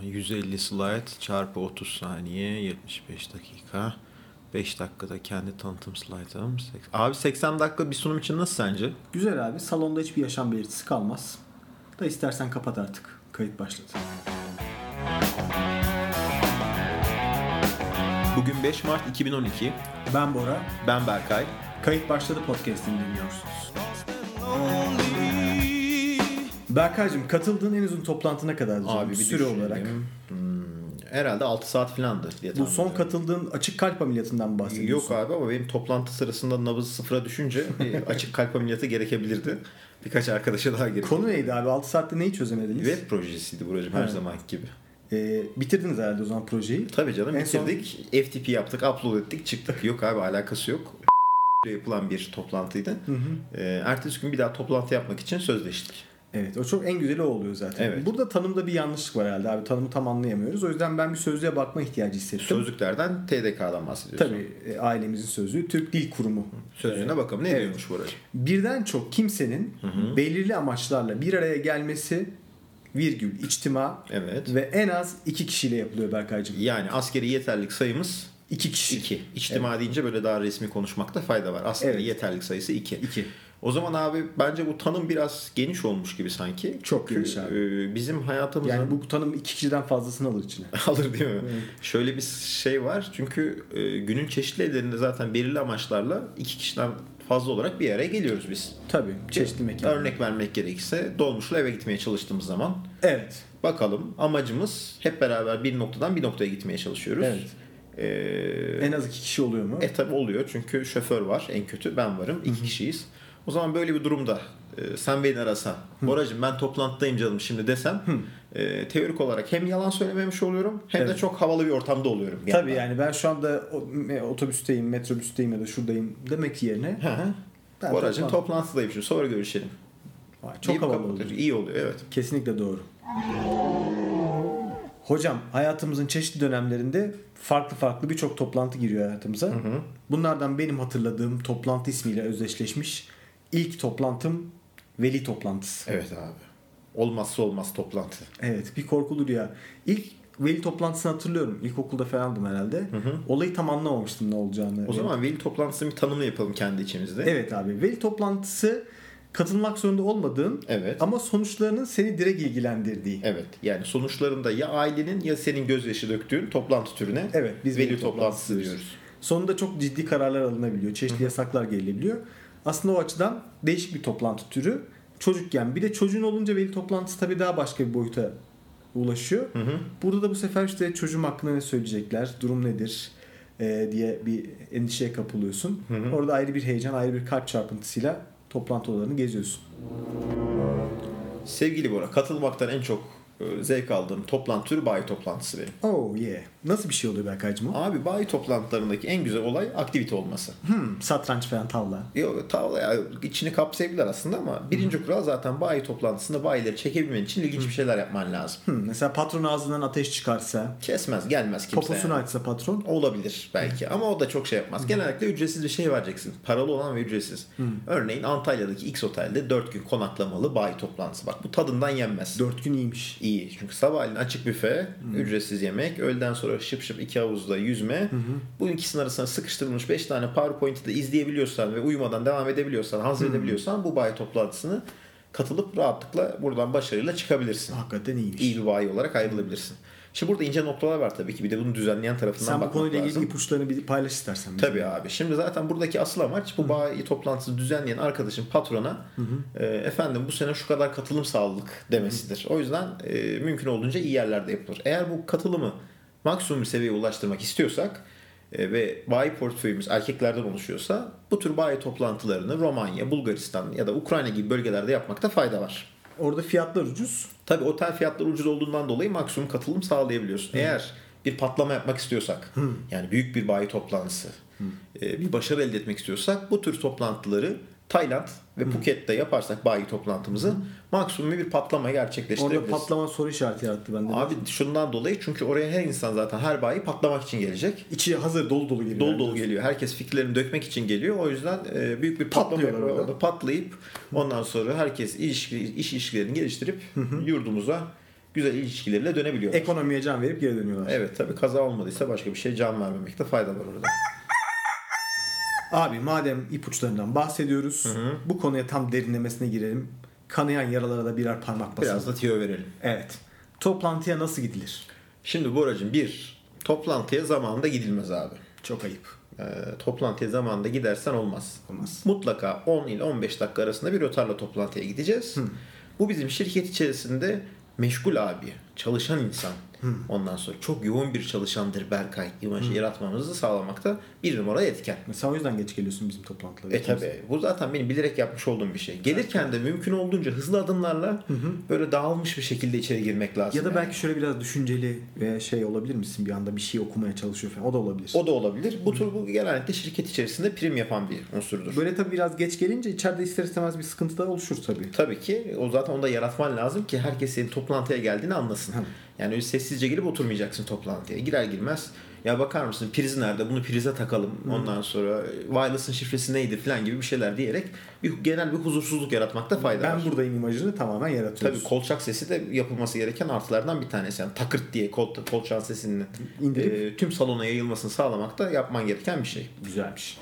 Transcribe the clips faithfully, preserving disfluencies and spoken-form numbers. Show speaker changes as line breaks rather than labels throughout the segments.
yüz elli slide çarpı otuz saniye yetmiş beş dakika. beş dakikada kendi tanıtım slaytım. Abi seksen dakika bir sunum için nasıl sence?
Güzel abi. Salonda hiçbir yaşam belirtisi kalmaz. Da istersen kapat artık. Kayıt başladı.
Bugün beş Mart iki bin on iki.
Ben Bora.
Ben Berkay.
Kayıt başladı podcast'ini dinliyorsunuz. Berkay'cığım katıldığın en uzun toplantı ne kadardı?
Abi bir
süre
düşünelim.
olarak?
Hmm, herhalde altı saat filandı diye
Bu
tahmin
son
ediyorum.
katıldığın açık kalp ameliyatından mı bahsediyorsun?
Yok abi ama benim toplantı sırasında nabız sıfıra düşünce bir açık kalp ameliyatı gerekebilirdi. Birkaç arkadaşa daha gerekti.
Konu neydi abi? altı saatte neyi çözemediniz?
Web projesiydi Buracığım her
Evet.
zamanki gibi.
Ee, bitirdiniz herhalde o zaman projeyi.
Tabii canım
En
bitirdik. F T P yaptık, upload ettik, çıktık. Yok abi alakası yok. Yapılan bir toplantıydı.
Hı hı.
Ee, ertesi gün bir daha toplantı yapmak için sözleştik.
Evet, o çok en güzeli o oluyor zaten.
Evet.
Burada tanımda bir yanlışlık var herhalde abi. Tanımı tam anlayamıyoruz. O yüzden ben bir sözlüğe bakma ihtiyacı hissettim.
Sözlüklerden T D K'dan bahsediyorsun.
Tabii e, ailemizin sözlüğü Türk Dil Kurumu.
Sözlüğüne
Ee,
bakalım ne
evet.
diyormuş Buracığım?
Birden çok kimsenin
Hı hı.
belirli amaçlarla bir araya gelmesi virgül içtima
Evet.
ve en az iki kişiyle yapılıyor Berkaycığım.
Yani askeri yeterlilik sayımız
İki kişi.
iki. İçtima deyince böyle daha resmi konuşmakta fayda var. Askeri
Evet.
yeterlilik sayısı iki.
İki.
O zaman abi bence bu tanım biraz geniş olmuş gibi sanki.
Çok
Çünkü,
geniş abi.
e, bizim hayatımızın...
Yani bu tanım iki kişiden fazlasını alır içine.
alır değil mi?
Evet.
Şöyle bir şey var. Çünkü e, günün çeşitli evlerinde zaten belirli amaçlarla iki kişiden fazla olarak bir araya geliyoruz biz.
Tabii. Çeşitli mekan.
Örnek vermek gerekirse dolmuşla eve gitmeye çalıştığımız zaman
Evet.
bakalım amacımız hep beraber bir noktadan bir noktaya gitmeye çalışıyoruz.
Evet.
Ee,
En az iki kişi oluyor mu?
E tabi oluyor çünkü şoför var en kötü ben varım iki kişiyiz. O zaman böyle bir durumda e, sen beni arasan Boracığım ben toplantıdayım canım şimdi desem e, teorik olarak hem yalan söylememiş oluyorum hem
Evet.
de çok havalı bir ortamda oluyorum. bir
Tabii
yandan.
yani ben şu anda o- e, otobüsteyim, metrobüsteyim ya da şuradayım demek yerine
Hı hı.
ben
Boracığım
toplantı-
toplantıdayım şimdi sonra görüşelim.
Vay, çok
deyip
havalı
kapatır.
oluyor.
İyi oluyor evet.
Kesinlikle doğru. Hocam hayatımızın çeşitli dönemlerinde farklı farklı birçok toplantı giriyor hayatımıza.
Hı hı.
Bunlardan benim hatırladığım toplantı ismiyle özdeşleşmiş ilk toplantım veli toplantısı.
Evet abi. Olmazsa olmaz toplantı.
Evet, bir korkulu rüya. İlk veli toplantısını hatırlıyorum. İlkokulda falandım herhalde.
Hı hı.
Olayı tam anlamamıştım ne olacağını.
O zaman veli toplantısının bir tanımını yapalım kendi içimizde.
Evet abi. Veli toplantısı katılmak zorunda olmadığın
Evet.
ama sonuçlarının seni direkt ilgilendirdiği.
Evet. Yani sonuçlarında ya ailenin ya senin gözyaşı döktüğün toplantı türüne
Evet, biz
veli
veli
toplantısı
toplantısı
diyoruz.
Sonunda çok ciddi kararlar alınabiliyor. Çeşitli yasaklar gelebiliyor. Aslında o açıdan değişik bir toplantı türü. Çocukken bir de çocuğun olunca veli toplantısı tabii daha başka bir boyuta ulaşıyor.
Hı hı.
Burada da bu sefer işte çocuğum hakkında ne söyleyecekler, durum nedir e, diye bir endişeye kapılıyorsun.
Hı hı.
Orada ayrı bir heyecan, ayrı bir kalp çarpıntısıyla toplantı odalarını geziyorsun.
Sevgili Bora, katılmaktan en çok e, zevk aldığım toplantı türü bayi toplantısı benim.
Oh yeah. Nasıl bir şey oluyor Berkaycığım o?
Abi bayi toplantılarındaki en güzel olay aktivite olması.
Hmm, satranç falan tavla.
Yok tavla ya içini kapsayabilir aslında ama birinci kural zaten bayi toplantısında bayileri çekebilmen için ilginç bir şeyler yapman lazım.
Hmm, mesela patron ağzından ateş çıkarsa,
Kesmez gelmez kimse
poposunu
yani.
açsa patron.
Olabilir belki ama o da çok şey yapmaz. Genellikle ücretsiz bir şey vereceksin. Paralı olan ve ücretsiz. Örneğin Antalya'daki X otelde dört gün konaklamalı bayi toplantısı. Bak bu tadından yenmez.
Dört gün iyiymiş.
İyi. Çünkü sabahleyin açık büfe, ücretsiz yemek, öğleden sonra şıp şıp iki havuzda yüzme. Bu ikisinin arasına sıkıştırılmış beş tane PowerPoint'i de izleyebiliyorsan ve uyumadan devam edebiliyorsan, hazredebiliyorsan bu bayi toplantısını katılıp rahatlıkla buradan başarıyla çıkabilirsin.
Hakikaten iyiymiş.
İyi bir bayi olarak ayrılabilirsin. Şimdi burada ince noktalar var tabii ki. Bir de bunu düzenleyen tarafından
Sen bu
bakmak
konuyla ilgili
lazım.
ipuçlarını bir paylaş istersen. bize.
Tabii abi. Şimdi zaten buradaki asıl amaç bu bayi toplantısı düzenleyen arkadaşın patrona e, efendim bu sene şu kadar katılım sağladık demesidir. O yüzden e, mümkün olduğunca iyi yerlerde yapılır. Eğer bu katılımı maksimum bir seviyeye ulaştırmak istiyorsak e, ve bayi portföyümüz erkeklerden oluşuyorsa bu tür bayi toplantılarını Romanya, Bulgaristan ya da Ukrayna gibi bölgelerde yapmakta fayda var.
Orada fiyatlar ucuz.
Tabii otel fiyatları ucuz olduğundan dolayı maksimum katılım sağlayabiliyorsun. Hı. Eğer bir patlama yapmak istiyorsak, Hı. yani büyük bir bayi toplantısı, Hı. bir başarı elde etmek istiyorsak bu tür toplantıları Tayland ve Hı. Phuket'te yaparsak bayi toplantımızı Hı. maksimum bir patlama gerçekleştirebiliriz.
Orada patlama soru işareti yarattı bende.
Abi şundan dolayı çünkü oraya her insan zaten her bayi patlamak için gelecek.
İçi hazır dolu dolu geliyor.
Dolu
yani
dolu geliyor. Herkes fikirlerini dökmek için geliyor. O yüzden e, büyük bir patlama
Patlıyorlar orada.
orada patlayıp ondan sonra herkes iş, iş ilişkilerini geliştirip Hı. yurdumuza güzel ilişkileriyle dönebiliyorlar.
Ekonomiye can verip geri dönüyorlar.
Evet tabii, kaza olmadıysa başka bir şey can vermemekte fayda var orada.
Abi madem ipuçlarından bahsediyoruz, hı hı. bu konuya tam derinlemesine girelim. Kanayan yaralara da birer parmak basalım.
Biraz da tüyo verelim.
Evet. Toplantıya nasıl gidilir?
Şimdi Boracığım, bir, toplantıya zamanında gidilmez abi.
Çok ayıp.
E, toplantıya zamanında gidersen olmaz.
Olmaz.
Mutlaka on ile on beş dakika arasında bir rötarla toplantıya gideceğiz. Hı. Bu bizim şirket içerisinde meşgul abi, çalışan insan. Hı. Ondan sonra çok yoğun bir çalışandır Berkay imajı yaratmamızı sağlamakta bir numara etken.
Mesela o yüzden geç geliyorsun bizim toplantılara.
E tabi. Bu zaten benim bilerek yapmış olduğum bir şey. Gelirken de mümkün olduğunca hızlı adımlarla hı hı. böyle dağılmış bir şekilde içeri girmek lazım.
Ya da
yani.
belki şöyle biraz düşünceli ve şey olabilir misin, bir anda bir şey okumaya çalışıyor falan. O da olabilir.
O da olabilir. Bu tür bu genellikle şirket içerisinde prim yapan bir unsurdur.
Böyle tabi biraz geç gelince içeride ister istemez bir sıkıntı da oluşur tabi.
Tabii ki. O zaten onu da yaratman lazım ki herkes senin toplantıya geldiğini anlasın. Hı. Yani öyle sessizce gelip oturmayacaksın toplantıya. Girer girmez ya bakar mısın priz nerede, bunu prize takalım, hmm. ondan sonra wireless'ın şifresi neydi falan gibi bir şeyler diyerek bir genel bir huzursuzluk yaratmakta fayda
ben
var.
Ben buradayım imajını tamamen yaratıyoruz.
Tabii kolçak sesi de yapılması gereken artılardan bir tanesi. Yani takırt diye kol, kolçak sesinin
indirip
e, tüm salona yayılmasını sağlamak da yapman gereken bir şey.
Güzelmiş.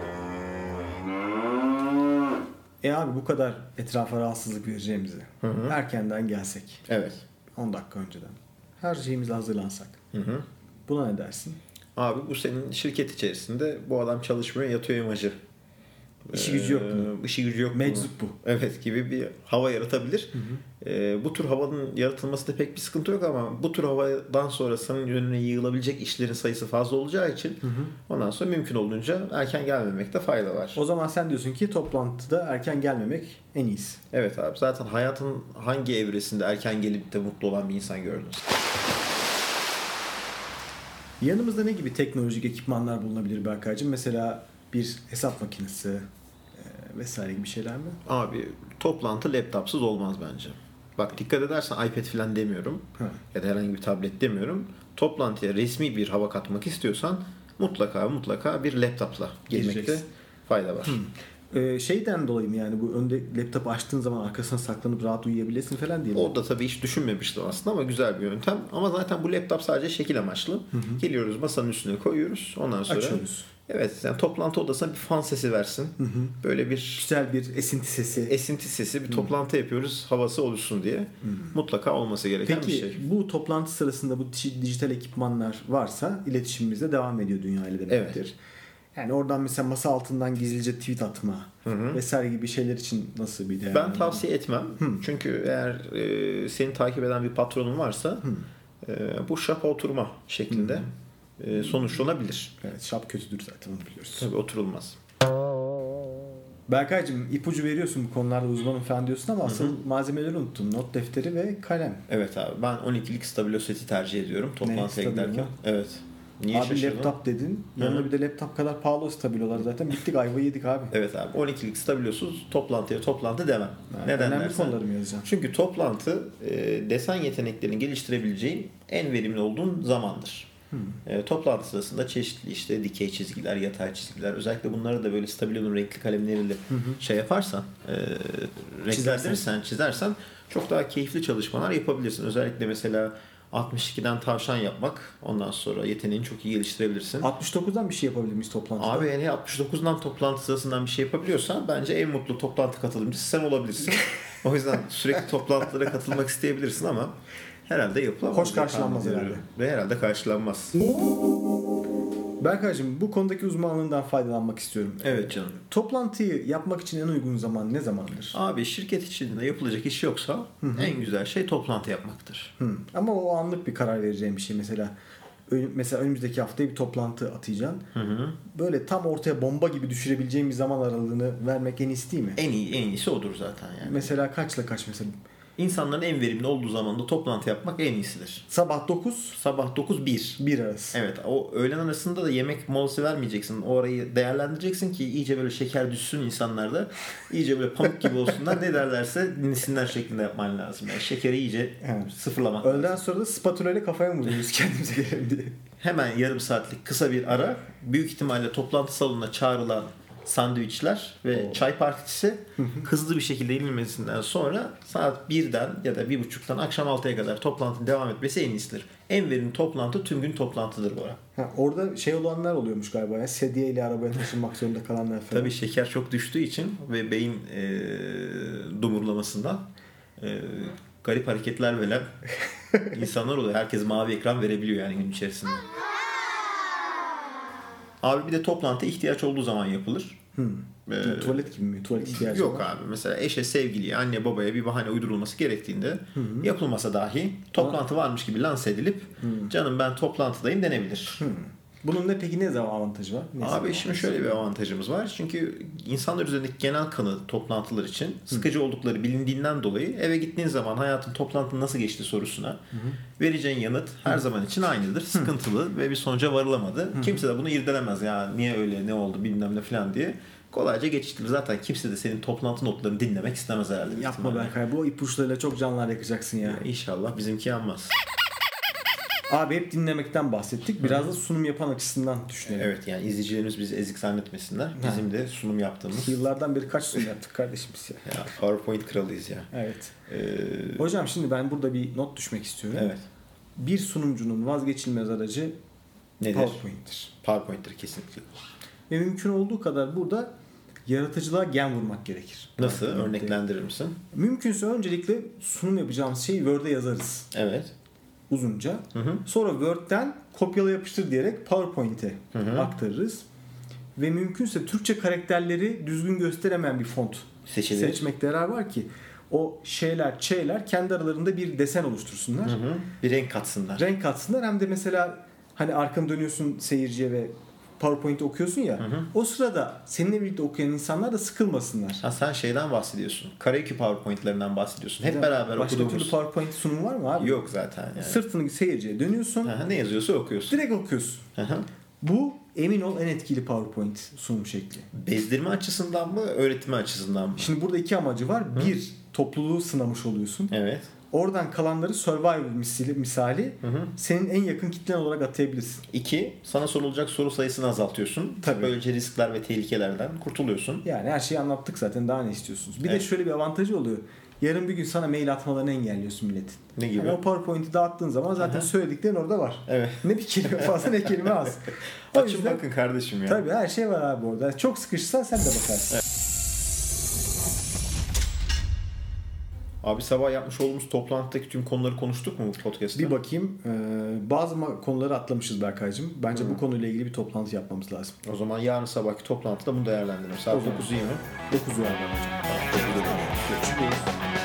E abi bu kadar etrafa rahatsızlık vereceğimizi hı hı. erkenden gelsek.
Evet.
on dakika önceden. Her şeyimizle hazırlansak. Hı hı. Buna ne dersin?
Abi bu senin şirket içerisinde bu adam çalışmıyor, yatıyor imajı.
İşi gücü yok mu?
Ee, işi gücü yok mu?
Meczup bu.
Evet gibi bir hava yaratabilir. Hı hı. Ee, bu tür havanın yaratılmasında pek bir sıkıntı yok ama bu tür havadan sonra senin önüne yığılabilecek işlerin sayısı fazla olacağı için hı hı. ondan sonra mümkün olduğunca erken gelmemekte fayda var.
O zaman sen diyorsun ki toplantıda erken gelmemek en iyisi.
Evet abi, zaten hayatın hangi evresinde erken gelip de mutlu olan bir insan gördünüz?
Yanımızda ne gibi teknolojik ekipmanlar bulunabilir Berkaycığım? Mesela bir hesap makinesi e, vesaire gibi şeyler mi?
Abi toplantı laptopsuz olmaz bence. Bak dikkat edersen iPad falan demiyorum. Hı. Ya da herhangi bir tablet demiyorum. Toplantıya resmi bir hava katmak istiyorsan mutlaka mutlaka bir laptopla girmekte fayda var. Hı.
Ee, şeyden dolayı mı yani bu önde laptopu açtığın zaman arkasına saklanıp rahat uyuyabilirsin falan diye mi?
O da tabii hiç düşünmemiştim aslında ama güzel bir yöntem. Ama zaten bu laptop sadece şekil amaçlı. Hı hı. Geliyoruz masanın üstüne koyuyoruz. Ondan sonra
açıyoruz.
Evet, yani toplantı odasına bir fan sesi versin. Hı hı. Böyle bir
güzel bir esinti sesi.
Esinti sesi bir hı. toplantı yapıyoruz havası oluşsun diye. Hı. Mutlaka olması gereken
Peki,
bir şey.
Peki bu toplantı sırasında bu dijital ekipmanlar varsa iletişimimiz de devam ediyor dünya ile demektir. Evet. Yani oradan mesela masa altından gizlice tweet atma hı hı. vesaire gibi şeyler için nasıl bir değer?
Ben tavsiye etmem. Hı. Çünkü eğer e, seni takip eden bir patronun varsa e, bu şapa oturma şeklinde hı. e, sonuçlanabilir.
Evet, şap kötüdür zaten, onu biliyoruz.
Tabii oturulmaz.
Berkaycığım ipucu veriyorsun bu konularda uzmanım falan diyorsun ama asıl malzemeleri unuttun. Not defteri ve kalem.
Evet abi, ben on ikilik stabilo seti tercih ediyorum toplantıya giderken. Evet. Niye
abi
şaşırdın?
Laptop dedin. Yanında bir de laptop kadar pahalı o stabilolar zaten. Bittik, ayvayı yedik abi.
Evet abi, on ikilik stabilosuz toplantıya toplantı demem.
Yani
neden
önemli
dersen?
konuları mı yazacağım?
Çünkü toplantı e, desen yeteneklerini geliştirebileceğin en verimli olduğun zamandır. Hmm. E, toplantı sırasında çeşitli işte dikey çizgiler, yatay çizgiler, özellikle bunları da böyle stabilonun renkli kalemleriyle hı hı. şey yaparsan, e, renklendirirsen, çizersen çok daha keyifli çalışmalar yapabilirsin. Özellikle mesela altmış ikiden tavşan yapmak, ondan sonra yeteneğini çok iyi geliştirebilirsin.
altmış dokuzdan bir şey yapabilir miyiz toplantıda?
Abi yani altmış dokuzdan toplantı sırasından bir şey yapabiliyorsan bence en mutlu toplantı katılımcısı sen olabilirsin. O yüzden sürekli toplantılara katılmak isteyebilirsin ama herhalde yapılamaz.
Hoş karşılanmaz herhalde.
Ve herhalde karşılanmaz.
Berkaycığım bu konudaki uzmanlığından faydalanmak istiyorum.
Evet canım.
Toplantıyı yapmak için en uygun zaman ne zamandır?
Abi şirket içinde yapılacak iş yoksa Hı-hı. en güzel şey toplantı yapmaktır.
Hı. Ama o anlık bir karar vereceğim bir şey. Mesela mesela önümüzdeki haftaya bir toplantı atayacaksın. Hı hı. Böyle tam ortaya bomba gibi düşürebileceğim bir zaman aralığını vermek en iyisi değil mi?
En iyi, en iyisi odur zaten yani.
Mesela kaçla kaç mesela?
İnsanların en verimli olduğu zamanda toplantı yapmak en iyisidir.
Sabah dokuz.
Sabah dokuz bir.
bir arası.
Evet. O öğlen arasında da yemek molası vermeyeceksin. O arayı değerlendireceksin ki iyice böyle şeker düşsün insanlarda. İyice böyle pamuk gibi olsunlar. Ne derlerse dinlesinler şeklinde yapman lazım. Yani şekeri iyice evet. sıfırlamak
Öğleden
lazım.
sonra da spatula ile kafaya mı vuruyoruz kendimize gelelim diye.
Hemen yarım saatlik kısa bir ara. Büyük ihtimalle toplantı salonuna çağrılan sandviçler ve
Oo.
çay partisi hızlı bir şekilde yenilmesinden sonra saat birden ya da bir buçuktan akşam altıya kadar toplantının devam etmesi en iyisidir. En verimli toplantı tüm gün toplantıdır bu ara.
Ha, orada şey olanlar oluyormuş galiba ya. Sedye ile arabaya taşınmak zorunda kalanlar falan.
Tabii şeker çok düştüğü için ve beyin e, dumurlamasından e, garip hareketler veren insanlar oluyor. Herkes mavi ekran verebiliyor yani gün içerisinde. Abi bir de toplantı ihtiyaç olduğu zaman yapılır.
Hmm.
Ee,
Tuvalet gibi mi? Tuvalet ihtiyacı
Yok
var.
abi. Mesela eşe, sevgiliye, anne, babaya bir bahane uydurulması gerektiğinde Hı-hı. yapılmasa dahi toplantı varmış gibi lanse edilip Hı-hı. canım ben toplantıdayım denebilir.
Hı-hı. Bunun ne peki ne zaman avantajı var? Ne
Abi şimdi şöyle bir avantajımız var. Çünkü insanlar üzerindeki genel kanı toplantılar için sıkıcı Hı. oldukları bilindiğinden dolayı eve gittiğin zaman hayatın toplantının nasıl geçti sorusuna Hı. vereceğin yanıt her Hı. zaman için aynıdır. Sıkıntılı Hı. ve bir sonuca varılamadı. Hı. Kimse de bunu irdelemez ya niye öyle ne oldu bilmem ne falan diye. Kolayca geçiştirir. Zaten kimse de senin toplantı notlarını dinlemek istemez herhalde.
Yapma Berkay. Bu ipuçlarıyla çok canlar yakacaksın ya. ya
İnşallah bizimki yanmaz.
Abi hep dinlemekten bahsettik. Biraz da sunum yapan açısından düşünelim.
Evet yani izleyicilerimiz bizi ezik zannetmesinler. Bizim ha. de sunum yaptığımız.
Yıllardan beri kaç sunum yaptık kardeşim biz ya.
Ya PowerPoint kralıyız ya.
Evet.
Ee...
Hocam şimdi ben burada bir not düşmek istiyorum.
Evet.
Bir sunumcunun vazgeçilmez aracı
nedir?
PowerPoint'tir.
PowerPoint'tir kesinlikle.
Ve mümkün olduğu kadar burada yaratıcılığa gen vurmak gerekir.
Nasıl? Örneklendirir misin?
Mümkünse öncelikle sunum yapacağımız şeyi Word'e yazarız.
Evet.
Uzunca.
Hı hı.
Sonra Word'den kopyala yapıştır diyerek PowerPoint'e hı hı. aktarırız. Ve mümkünse Türkçe karakterleri düzgün gösteremeyen bir font Seçilir. seçmekte yarar var ki o şeyler, şeyler kendi aralarında bir desen oluştursunlar.
Hı hı. Bir renk katsınlar.
Renk katsınlar. Hem de mesela hani arkanı dönüyorsun seyirciye ve PowerPoint'i okuyorsun ya. Hı hı. O sırada seninle birlikte okuyan insanlar da sıkılmasınlar.
Ha, sen şeyden bahsediyorsun. Kareköy PowerPoint'lerinden bahsediyorsun. Hep beraber
başka
okuduğumuz.
Başka türlü PowerPoint sunumu var mı abi?
Yok zaten yani.
Sırtını seyirciye dönüyorsun.
Aha, ne yazıyorsa okuyorsun.
Direkt okuyorsun. Aha. Bu emin ol en etkili PowerPoint sunum şekli.
Bezdirme açısından mı, öğretme açısından mı?
Şimdi burada iki amacı var. Hı. Bir, topluluğu sınamış oluyorsun.
Evet.
Oradan kalanları Survivor misali, misali hı hı. senin en yakın kitlen olarak atayabilirsin.
İki, sana sorulacak soru sayısını azaltıyorsun.
Tabii.
Böylece riskler ve tehlikelerden kurtuluyorsun.
Yani her şeyi anlattık zaten. Daha ne istiyorsunuz? Bir
evet.
de şöyle bir avantajı oluyor. Yarın bir gün sana mail atmalarını engelliyorsun milletin.
Ne gibi?
Yani o PowerPoint'i dağıttığın zaman zaten Aha. söylediklerin orada var.
Evet.
Ne bir kelime fazla ne kelime az.
Açın yüzden, bakın kardeşim ya.
Tabii her şey var abi orada. Çok sıkışırsan sen de bakarsın.
Evet. Abi sabah yapmış olduğumuz toplantıdaki tüm konuları konuştuk mu bu podcast'ta?
Bir bakayım. Ee, bazı konuları atlamışız Berkay'cığım. Bence hmm. bu konuyla ilgili bir toplantı yapmamız lazım.
O zaman yarın sabahki toplantıda bunu değerlendirelim. Saat dokuzu yirmi.
dokuzu var hocam.
Tamam, dokuzda görüşürüz.